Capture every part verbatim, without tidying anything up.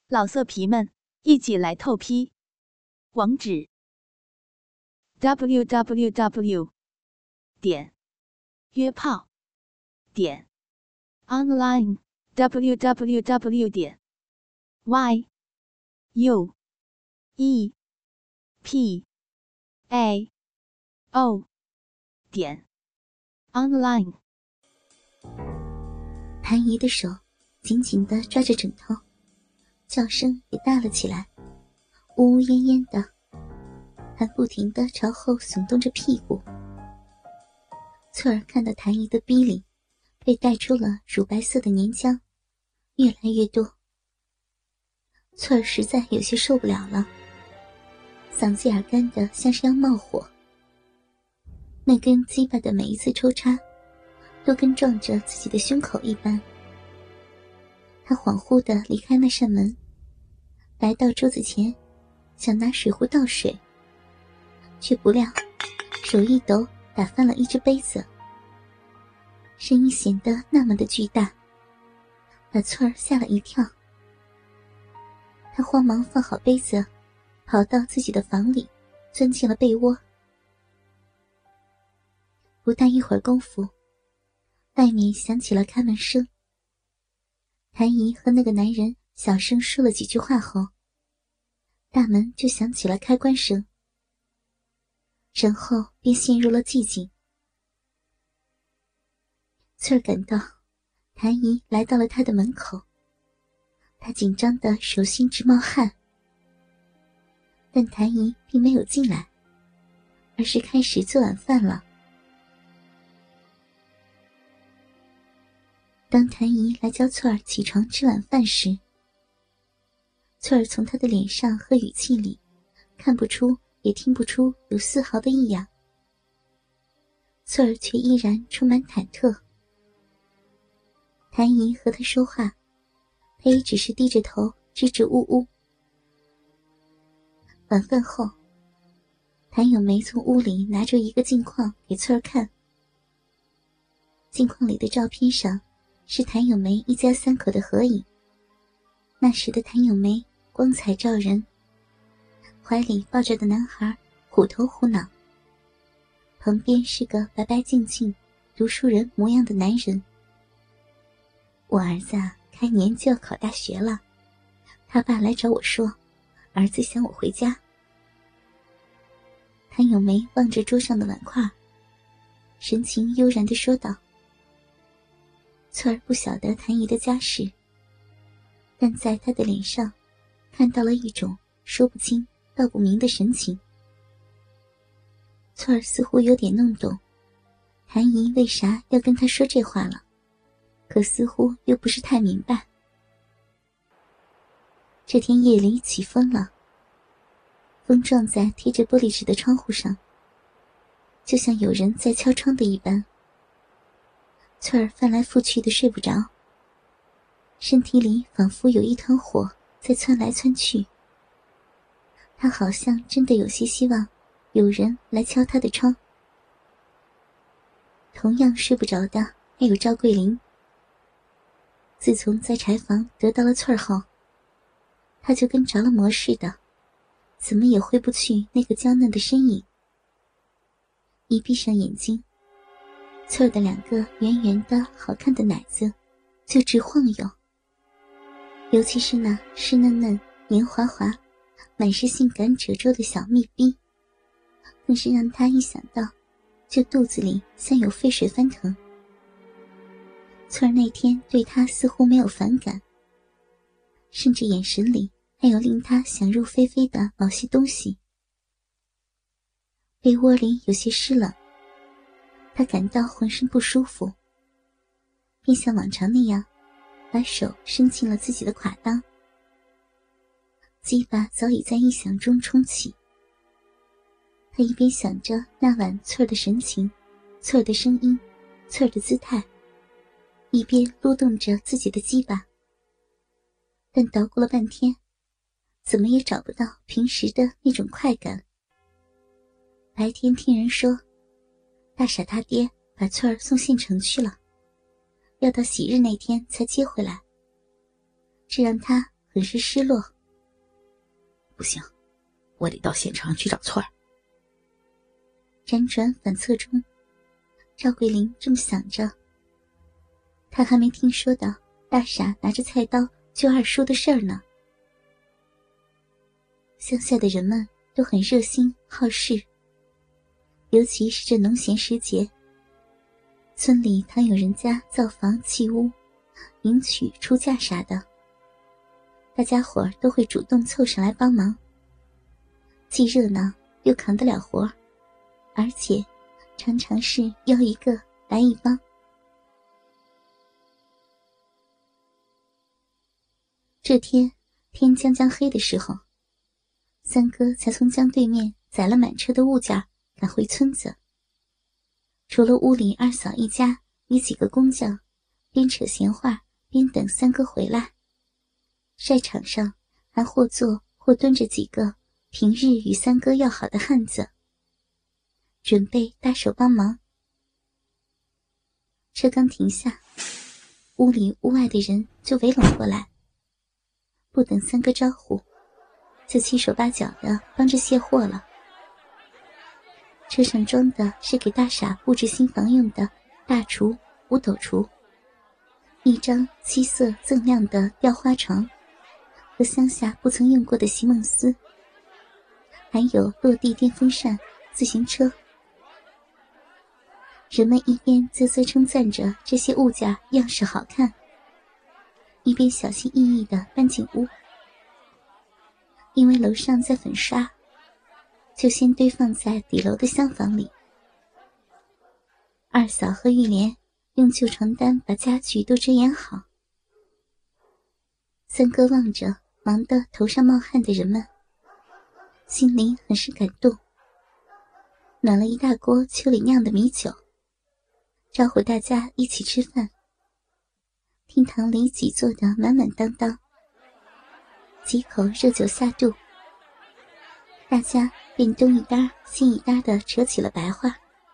老色皮们，一起来透批！网址 ：double u double u double u 点约炮点 online double u double u double u 点 y u e p a o 点 online。 谭姨的手紧紧地抓着枕头，叫声也大了起来，呜呜咽咽的，还不停地朝后耸动着屁股。翠儿看到谭姨的逼里被带出了乳白色的黏浆，越来越多。翠儿实在有些受不了了，嗓子眼干得像是要冒火。那根鸡巴的每一次抽插都跟撞着自己的胸口一般。他恍惚地离开那扇门，来到桌子前，想拿水壶倒水，却不料手一抖，打翻了一只杯子，声音显得那么的巨大，把翠儿吓了一跳。他慌忙放好杯子，跑到自己的房里，钻进了被窝。不大一会儿功夫，外面响起了开门声。谭姨和那个男人小声说了几句话后，大门就响起了开关声，然后便陷入了寂静。翠儿感到谭姨来到了她的门口，她紧张的手心直冒汗，但谭姨并没有进来，而是开始做晚饭了。当谭姨来叫翠儿起床吃晚饭时，翠儿从她的脸上和语气里看不出也听不出有丝毫的异样，翠儿却依然充满忐忑。谭姨和她说话，她也只是低着头支支吾吾。晚饭后，谭咏梅从屋里拿着一个镜框给翠儿看，镜框里的照片上是谭咏梅一家三口的合影。那时的谭咏梅光彩照人，怀里抱着的男孩虎头虎脑，旁边是个白白净净读书人模样的男人。我儿子啊，开年就要考大学了，他爸来找我说，儿子想我回家。谭咏梅望着桌上的碗筷，神情悠然地说道。翠儿不晓得谭姨的家世，但在她的脸上看到了一种说不清道不明的神情。翠儿似乎有点弄懂谭姨为啥要跟她说这话了，可似乎又不是太明白。这天夜里起风了，风撞在贴着玻璃纸的窗户上，就像有人在敲窗的一般。翠儿翻来覆去的睡不着，身体里仿佛有一团火在窜来窜去。她好像真的有些希望有人来敲她的窗。同样睡不着的还有赵桂林。自从在柴房得到了翠儿后，她就跟着了魔似的，怎么也回不去那个娇嫩的身影。一闭上眼睛，翠儿的两个圆圆的好看的奶子就直晃悠，尤其是那湿嫩嫩黏滑滑满是性感褶皱的小蜜逼，更是让她一想到就肚子里像有沸水翻腾。翠儿那天对她似乎没有反感，甚至眼神里还有令她想入非非的某些东西。被窝里有些湿冷，他感到浑身不舒服，便像往常那样把手伸进了自己的胯裆。鸡巴早已在意想中冲起，他一边想着那晚翠儿的神情，翠儿的声音，翠儿的姿态，一边撸动着自己的鸡巴。但捣鼓了半天，怎么也找不到平时的那种快感。白天听人说大傻他爹把翠儿送县城去了，要到喜日那天才接回来，这让他很是失落。 不行，我得到现场去找翠儿。 辗转反侧中，赵桂林这么想着。他还没听说到大傻拿着菜刀救二叔的事儿呢。乡下的人们都很热心好事，尤其是这农闲时节，村里倘有人家造房砌屋、迎娶出嫁啥的，大家伙儿都会主动凑上来帮忙，既热闹又扛得了活，而且常常是邀一个来一帮。这天天将将黑的时候，三哥才从江对面载了满车的物件赶回村子。除了屋里二嫂一家与几个工匠边扯闲话边等三哥回来，晒场上还或坐或蹲着几个平日与三哥要好的汉子，准备搭手帮忙。车刚停下，屋里屋外的人就围拢过来，不等三哥招呼，就七手八脚的帮着卸货了。车上装的是给大傻布置新房用的大厨、五斗橱，一张七色锃亮的吊花床，和乡下不曾用过的席梦思，还有落地电风扇、自行车。人们一边啧啧称赞着这些物件样式好看，一边小心翼翼地搬进屋。因为楼上在粉刷，就先堆放在底楼的厢房里。二嫂和玉莲用旧床单把家具都遮掩好。三哥望着忙得头上冒汗的人们，心里很是感动，暖了一大锅秋里酿的米酒，招呼大家一起吃饭。厅堂里挤坐得满满当当，几口热酒下肚，大家便东一搭西一搭地扯起了白话。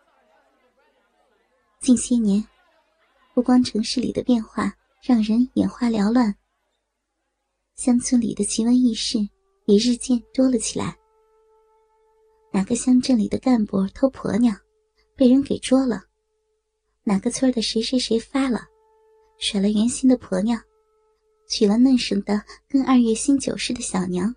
近些年，不光城市里的变化让人眼花缭乱，乡村里的奇闻异事也日渐多了起来。哪个乡镇里的干部偷婆娘，被人给捉了；哪个村的谁谁谁发了，甩了原心的婆娘，娶了嫩生的跟二月新酒似的小娘。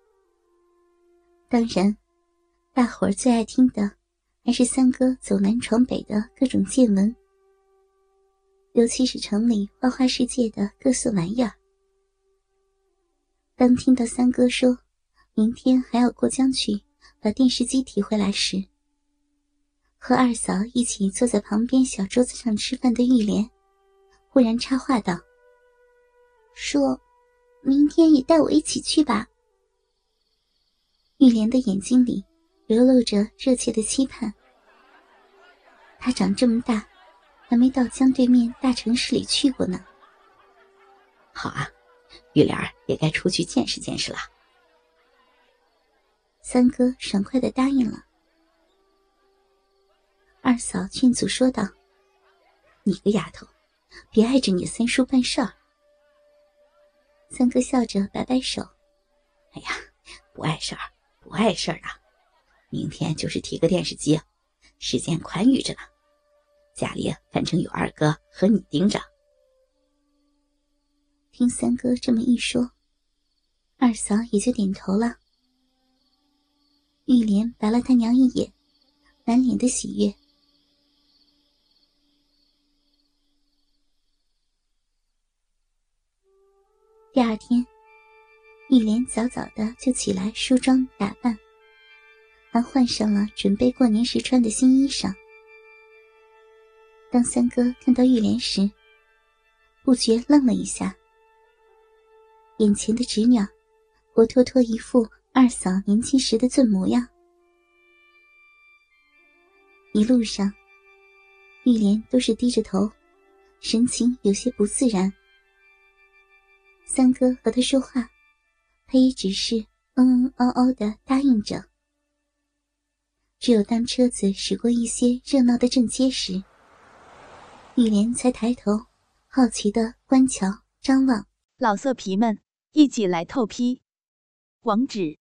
当然，大伙儿最爱听的还是三哥走南闯北的各种见闻，尤其是城里花花世界的各色玩意儿。当听到三哥说明天还要过江去把电视机提回来时，和二嫂一起坐在旁边小桌子上吃饭的玉莲忽然插话道：“说，明天也带我一起去吧。”玉莲的眼睛里流露着热切的期盼。她长这么大，还没到江对面大城市里去过呢。 好啊，玉莲儿也该出去见识见识了。 三哥爽快地答应了。二嫂劝阻说道：“ 你个丫头，别碍着你三叔办事儿。” 三哥笑着摆摆手：“ 哎呀，不碍事儿，不碍事儿啊！明天就是提个电视机，时间宽裕着呢。家里反正有二哥和你盯着。” 听三哥这么一说，二嫂也就点头了。玉莲白了他娘一眼，满脸的喜悦。第二天，玉莲早早的就起来梳妆打扮，还换上了准备过年时穿的新衣裳。当三哥看到玉莲时，不觉愣了一下。眼前的侄女活脱脱一副二嫂年轻时的俊模样。一路上，玉莲都是低着头，神情有些不自然。三哥和他说话，他也只是嗯嗯嗷嗷地答应着。只有当车子驶过一些热闹的正街时，玉莲才抬头好奇地观瞧张望。 老色皮们， 一起来透批。网址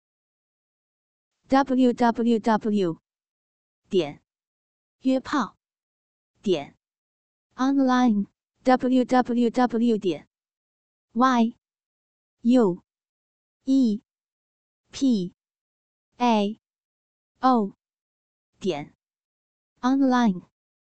：w w w 点约炮点 online w w w 点 y u e p a o 点 online。